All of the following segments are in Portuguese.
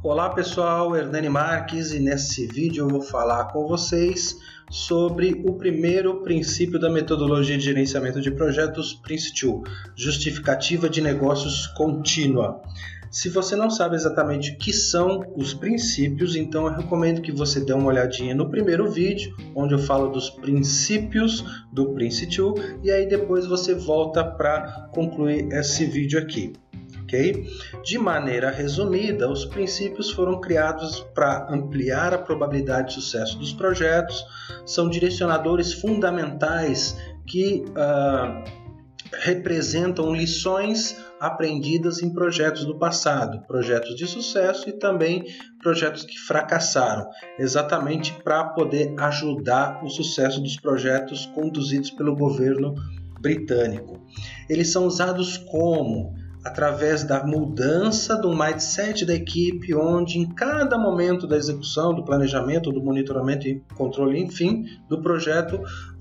Olá pessoal, Hernani Marques, e nesse vídeo eu vou falar com vocês sobre o primeiro princípio da metodologia de gerenciamento de projetos Prince2, justificativa de negócios contínua. Se você não sabe exatamente o que são os princípios, então eu recomendo que você dê uma olhadinha no primeiro vídeo, onde eu falo dos princípios do Prince2, e aí depois você volta para concluir esse vídeo aqui. Okay? De maneira resumida, os princípios foram criados para ampliar a probabilidade de sucesso dos projetos, são direcionadores fundamentais que representam lições aprendidas em projetos do passado, projetos de sucesso e também projetos que fracassaram, exatamente para poder ajudar o sucesso dos projetos conduzidos pelo governo britânico. Eles são usados como? Através da mudança do mindset da equipe, onde em cada momento da execução, do planejamento, do monitoramento e controle, enfim, do projeto,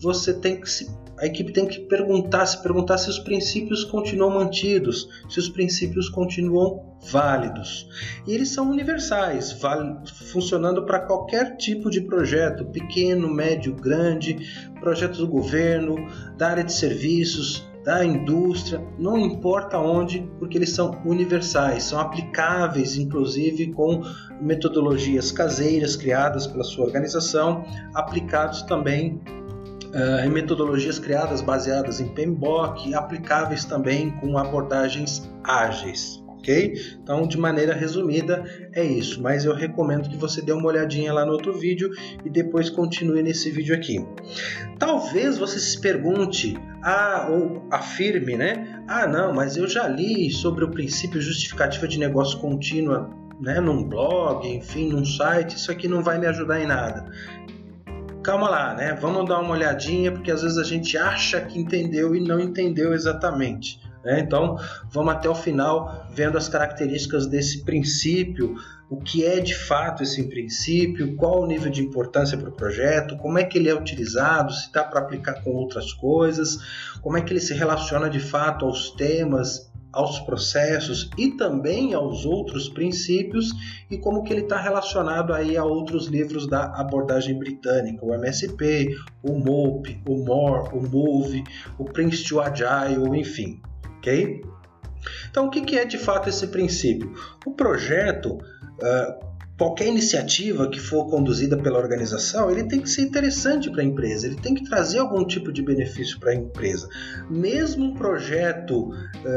a equipe tem que se perguntar se os princípios continuam mantidos, se os princípios continuam válidos. E eles são universais, funcionando para qualquer tipo de projeto, pequeno, médio, grande, projetos do governo, da área de serviços, da indústria, não importa onde, porque eles são universais, são aplicáveis inclusive com metodologias caseiras criadas pela sua organização, aplicados também em metodologias criadas baseadas em PMBOK, aplicáveis também com abordagens ágeis. Okay? Então, de maneira resumida, é isso, mas eu recomendo que você dê uma olhadinha lá no outro vídeo e depois continue nesse vídeo aqui. Talvez você se pergunte, ou afirme, não, mas eu já li sobre o princípio justificativa de negócio contínua, num blog, enfim, num site, isso aqui não vai me ajudar em nada. Calma lá, vamos dar uma olhadinha, porque às vezes a gente acha que entendeu e não entendeu exatamente. Então, vamos até o final vendo as características desse princípio, o que é de fato esse princípio, qual o nível de importância para o projeto, como é que ele é utilizado, se dá para aplicar com outras coisas, como é que ele se relaciona de fato aos temas, aos processos e também aos outros princípios e como que ele está relacionado aí a outros livros da abordagem britânica, o MSP, o MOP, o MORE, o MOVE, o Prince2 Agile, enfim. Okay? Então, o que é de fato esse princípio? O projeto, qualquer iniciativa que for conduzida pela organização, ele tem que ser interessante para a empresa, ele tem que trazer algum tipo de benefício para a empresa. Mesmo um projeto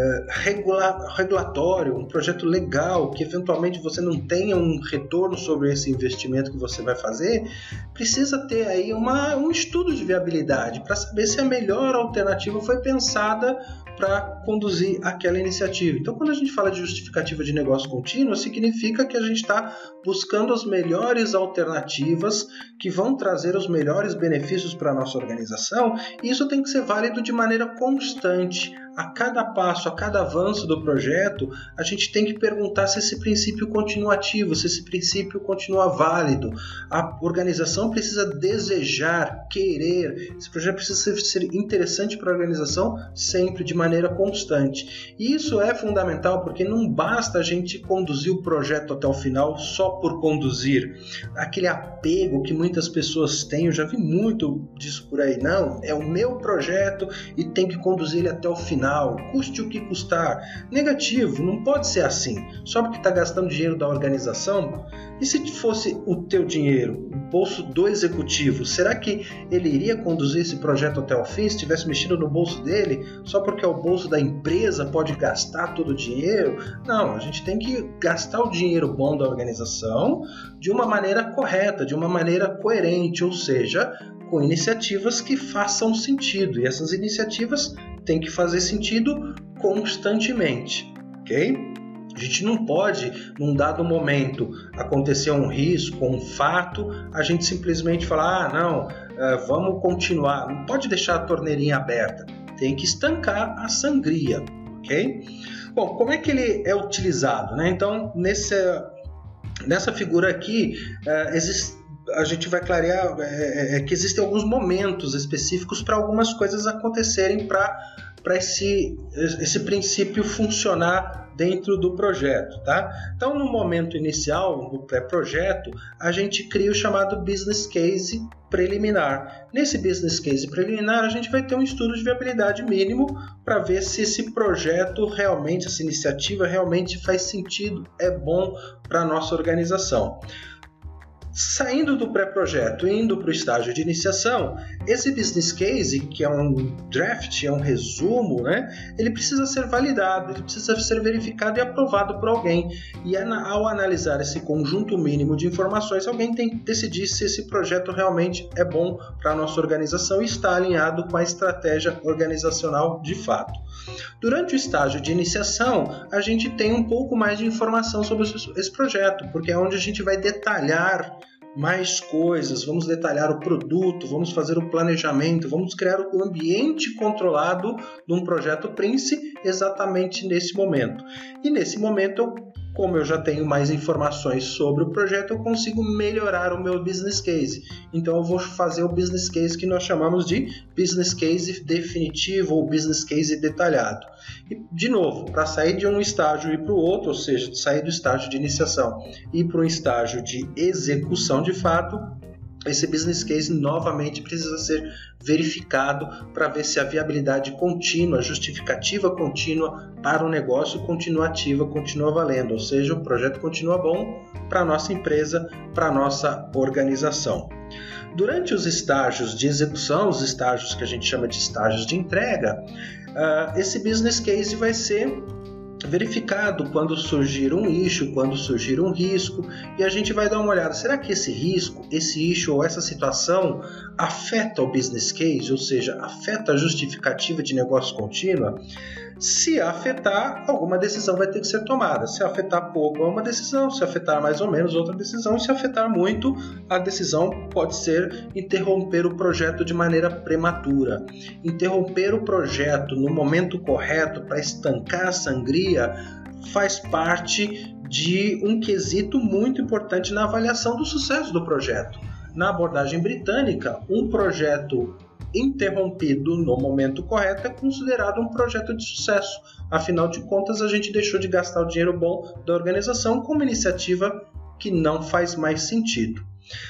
regulatório, um projeto legal, que eventualmente você não tenha um retorno sobre esse investimento que você vai fazer, precisa ter aí um estudo de viabilidade para saber se a melhor alternativa foi pensada para conduzir aquela iniciativa. Então, quando a gente fala de justificativa de negócio contínuo, significa que a gente está buscando as melhores alternativas que vão trazer os melhores benefícios para a nossa organização, e isso tem que ser válido de maneira constante. A cada passo, a cada avanço do projeto, a gente tem que perguntar se esse princípio continua ativo, se esse princípio continua válido. A organização precisa desejar, querer, esse projeto precisa ser interessante para a organização sempre de maneira constante. E isso é fundamental porque não basta a gente conduzir o projeto até o final só por conduzir. Aquele apego que muitas pessoas têm, eu já vi muito disso por aí, não, é o meu projeto e tem que conduzir ele até o final. Custe o que custar. Negativo, não pode ser assim. Só porque está gastando dinheiro da organização. E se fosse o teu dinheiro, o bolso do executivo, será que ele iria conduzir esse projeto até o fim se estivesse mexido no bolso dele? Só porque é o bolso da empresa pode gastar todo o dinheiro? Não, a gente tem que gastar o dinheiro bom da organização de uma maneira correta, de uma maneira coerente, ou seja, com iniciativas que façam sentido. E essas iniciativas têm que fazer sentido constantemente, ok? A gente não pode, num dado momento, acontecer um risco, um fato, a gente simplesmente falar, vamos continuar. Não pode deixar a torneirinha aberta, tem que estancar a sangria, ok? Bom, como é que ele é utilizado, Então, nessa figura aqui, a gente vai clarear que existem alguns momentos específicos para algumas coisas acontecerem para para esse princípio funcionar dentro do projeto, tá? Então, no momento inicial, no pré-projeto, a gente cria o chamado business case preliminar. Nesse business case preliminar, a gente vai ter um estudo de viabilidade mínimo para ver se esse projeto realmente, essa iniciativa realmente faz sentido, é bom para a nossa organização. Saindo do pré-projeto e indo para o estágio de iniciação, esse business case, que é um draft, é um resumo, né? Ele precisa ser validado, ele precisa ser verificado e aprovado por alguém. E ao analisar esse conjunto mínimo de informações, alguém tem que decidir se esse projeto realmente é bom para a nossa organização e está alinhado com a estratégia organizacional de fato. Durante o estágio de iniciação, a gente tem um pouco mais de informação sobre esse projeto, porque é onde a gente vai detalhar mais coisas, vamos detalhar o produto, vamos fazer o planejamento, vamos criar o ambiente controlado de um projeto Prince exatamente nesse momento. E nesse momento, como eu já tenho mais informações sobre o projeto, eu consigo melhorar o meu business case. Então eu vou fazer o business case que nós chamamos de business case definitivo ou business case detalhado. E, de novo, para sair de um estágio e ir para o outro, ou seja, sair do estágio de iniciação e ir para um estágio de execução de fato, esse business case novamente precisa ser verificado para ver se a viabilidade contínua, a justificativa contínua para o negócio continua ativa, continua valendo, ou seja, o projeto continua bom para a nossa empresa, para a nossa organização. Durante os estágios de execução, os estágios que a gente chama de estágios de entrega, esse business case vai ser verificado quando surgir um issue, quando surgir um risco, e a gente vai dar uma olhada, será que esse risco, esse issue ou essa situação afeta o business case, ou seja, afeta a justificativa de negócio contínua? Se afetar, alguma decisão vai ter que ser tomada. Se afetar pouco, é uma decisão. Se afetar mais ou menos, outra decisão. E se afetar muito, a decisão pode ser interromper o projeto de maneira prematura. Interromper o projeto no momento correto para estancar a sangria faz parte de um quesito muito importante na avaliação do sucesso do projeto. Na abordagem britânica, um projeto interrompido no momento correto é considerado um projeto de sucesso. Afinal de contas, a gente deixou de gastar o dinheiro bom da organização com uma iniciativa que não faz mais sentido.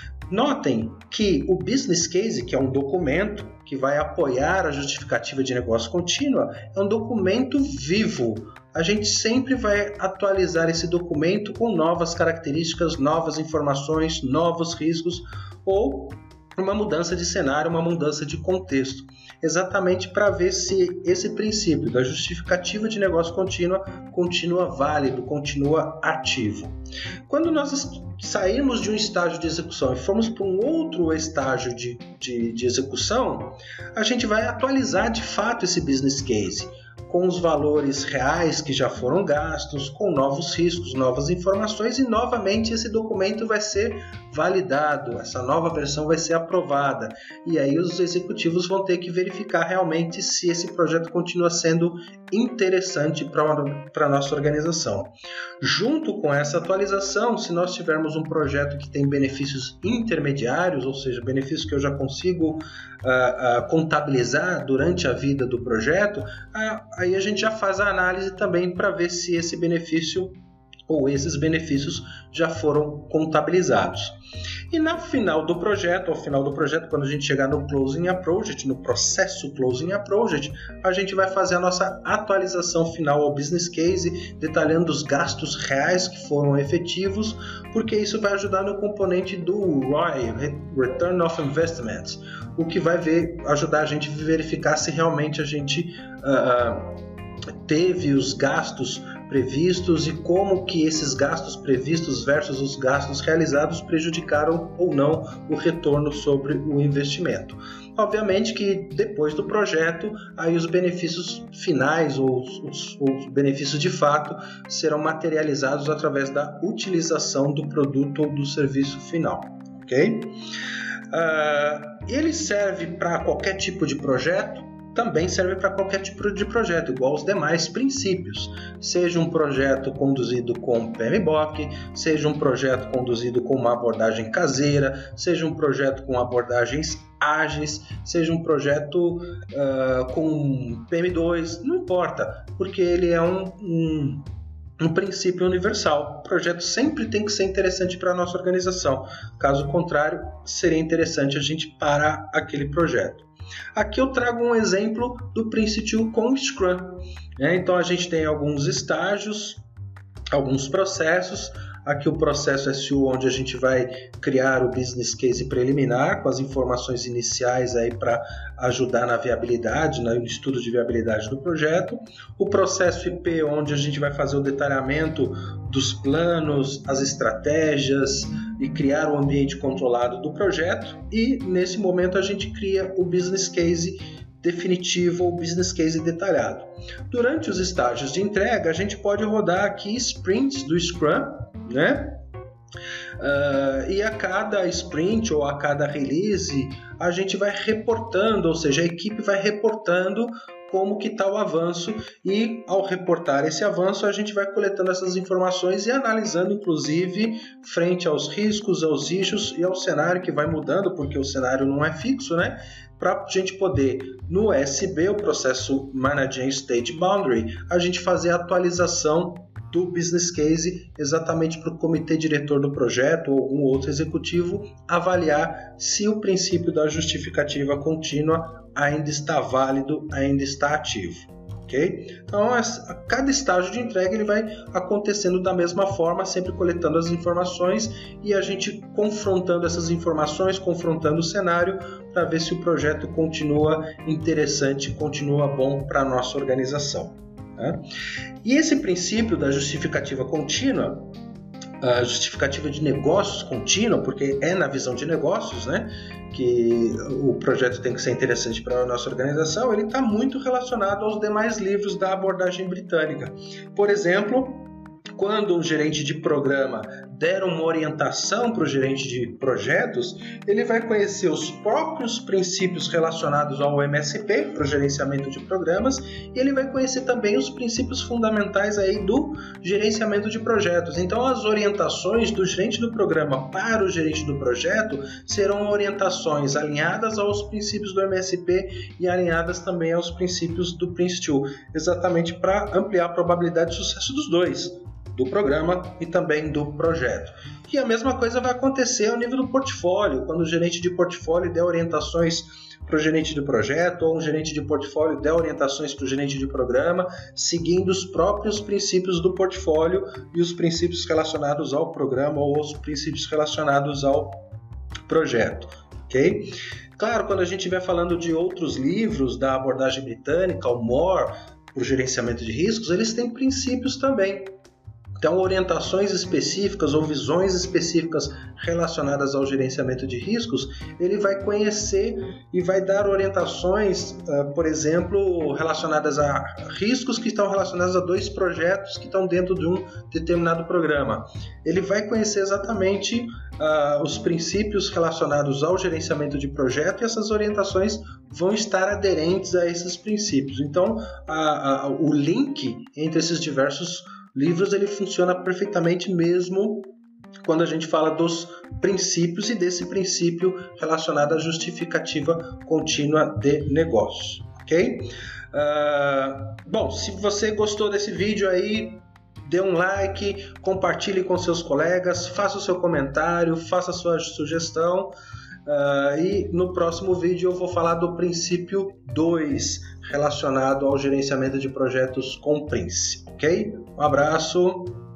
Notem que o business case, que é um documento que vai apoiar a justificativa de negócio contínua, é um documento vivo. A gente sempre vai atualizar esse documento com novas características, novas informações, novos riscos ou uma mudança de cenário, uma mudança de contexto, exatamente para ver se esse princípio da justificativa de negócio contínua continua válido, continua ativo. Quando nós sairmos de um estágio de execução e formos para um outro estágio de execução, a gente vai atualizar de fato esse business case, com os valores reais que já foram gastos, com novos riscos, novas informações, e novamente esse documento vai ser validado, essa nova versão vai ser aprovada, e aí os executivos vão ter que verificar realmente se esse projeto continua sendo interessante para a nossa organização. Junto com essa atualização, se nós tivermos um projeto que tem benefícios intermediários, ou seja, benefícios que eu já consigo contabilizar durante a vida do projeto, aí a gente já faz a análise também para ver se esse benefício ou esses benefícios já foram contabilizados. E no final do projeto, quando a gente chegar no Closing a Project, no processo Closing a Project, a gente vai fazer a nossa atualização final ao business case, detalhando os gastos reais que foram efetivos, porque isso vai ajudar no componente do ROI, Return of Investments, o que vai ajudar a gente a verificar se realmente a gente teve os gastos previstos e como que esses gastos previstos versus os gastos realizados prejudicaram ou não o retorno sobre o investimento. Obviamente que depois do projeto, aí os benefícios finais ou os benefícios de fato serão materializados através da utilização do produto ou do serviço final, ok? Ele serve para qualquer tipo de projeto? também serve para qualquer tipo de projeto, igual aos demais princípios. Seja um projeto conduzido com PMBOK, seja um projeto conduzido com uma abordagem caseira, seja um projeto com abordagens ágeis, seja um projeto com PM2, não importa, porque ele é um princípio universal. O projeto sempre tem que ser interessante para a nossa organização. Caso contrário, seria interessante a gente parar aquele projeto. Aqui eu trago um exemplo do Prince2 com o Scrum. Então a gente tem alguns estágios, alguns processos. Aqui o processo SU, onde a gente vai criar o business case preliminar com as informações iniciais aí para ajudar na viabilidade, no estudo de viabilidade do projeto. O processo IP, onde a gente vai fazer o detalhamento dos planos, as estratégias e criar o ambiente controlado do projeto. E nesse momento a gente cria o business case definitivo ou business case detalhado. Durante os estágios de entrega, a gente pode rodar aqui sprints do Scrum, né? E a cada sprint ou a cada release a gente vai reportando, ou seja, a equipe vai reportando como que está o avanço, e ao reportar esse avanço a gente vai coletando essas informações e analisando, inclusive, frente aos riscos, aos issues e ao cenário que vai mudando, porque o cenário não é fixo, né? Para a gente poder, no SB, o processo Managing Stage Boundary, a gente fazer a atualização do business case exatamente para o comitê diretor do projeto ou algum outro executivo avaliar se o princípio da justificativa contínua ainda está válido, ainda está ativo. Okay? Então, a cada estágio de entrega ele vai acontecendo da mesma forma, sempre coletando as informações e a gente confrontando essas informações, confrontando o cenário para ver se o projeto continua interessante, continua bom para a nossa organização. Né? E esse princípio da justificativa contínua, a justificativa de negócios contínua, porque é na visão de negócios, né, que o projeto tem que ser interessante para a nossa organização, ele está muito relacionado aos demais livros da abordagem britânica. Por exemplo, quando um gerente de programa der uma orientação para o gerente de projetos, ele vai conhecer os próprios princípios relacionados ao MSP, para o gerenciamento de programas, e ele vai conhecer também os princípios fundamentais aí do gerenciamento de projetos. Então, as orientações do gerente do programa para o gerente do projeto serão orientações alinhadas aos princípios do MSP e alinhadas também aos princípios do Prince2, exatamente para ampliar a probabilidade de sucesso dos dois, do programa e também do projeto. E a mesma coisa vai acontecer ao nível do portfólio, quando o gerente de portfólio der orientações para o gerente de projeto ou um gerente de portfólio der orientações para o gerente de programa, seguindo os próprios princípios do portfólio e os princípios relacionados ao programa ou os princípios relacionados ao projeto. Ok? Claro, quando a gente estiver falando de outros livros da abordagem britânica, o Moore, para o gerenciamento de riscos, eles têm princípios também. Então, orientações específicas ou visões específicas relacionadas ao gerenciamento de riscos, ele vai conhecer e vai dar orientações, por exemplo, relacionadas a riscos que estão relacionados a 2 projetos que estão dentro de um determinado programa. Ele vai conhecer exatamente os princípios relacionados ao gerenciamento de projeto e essas orientações vão estar aderentes a esses princípios. Então, o link entre esses diversos livros ele funciona perfeitamente mesmo quando a gente fala dos princípios e desse princípio relacionado à justificativa contínua de negócios, ok? Bom, se você gostou desse vídeo aí, dê um like, compartilhe com seus colegas, faça o seu comentário, faça a sua sugestão. E no próximo vídeo eu vou falar do princípio 2 relacionado ao gerenciamento de projetos com Prince, ok? Um abraço!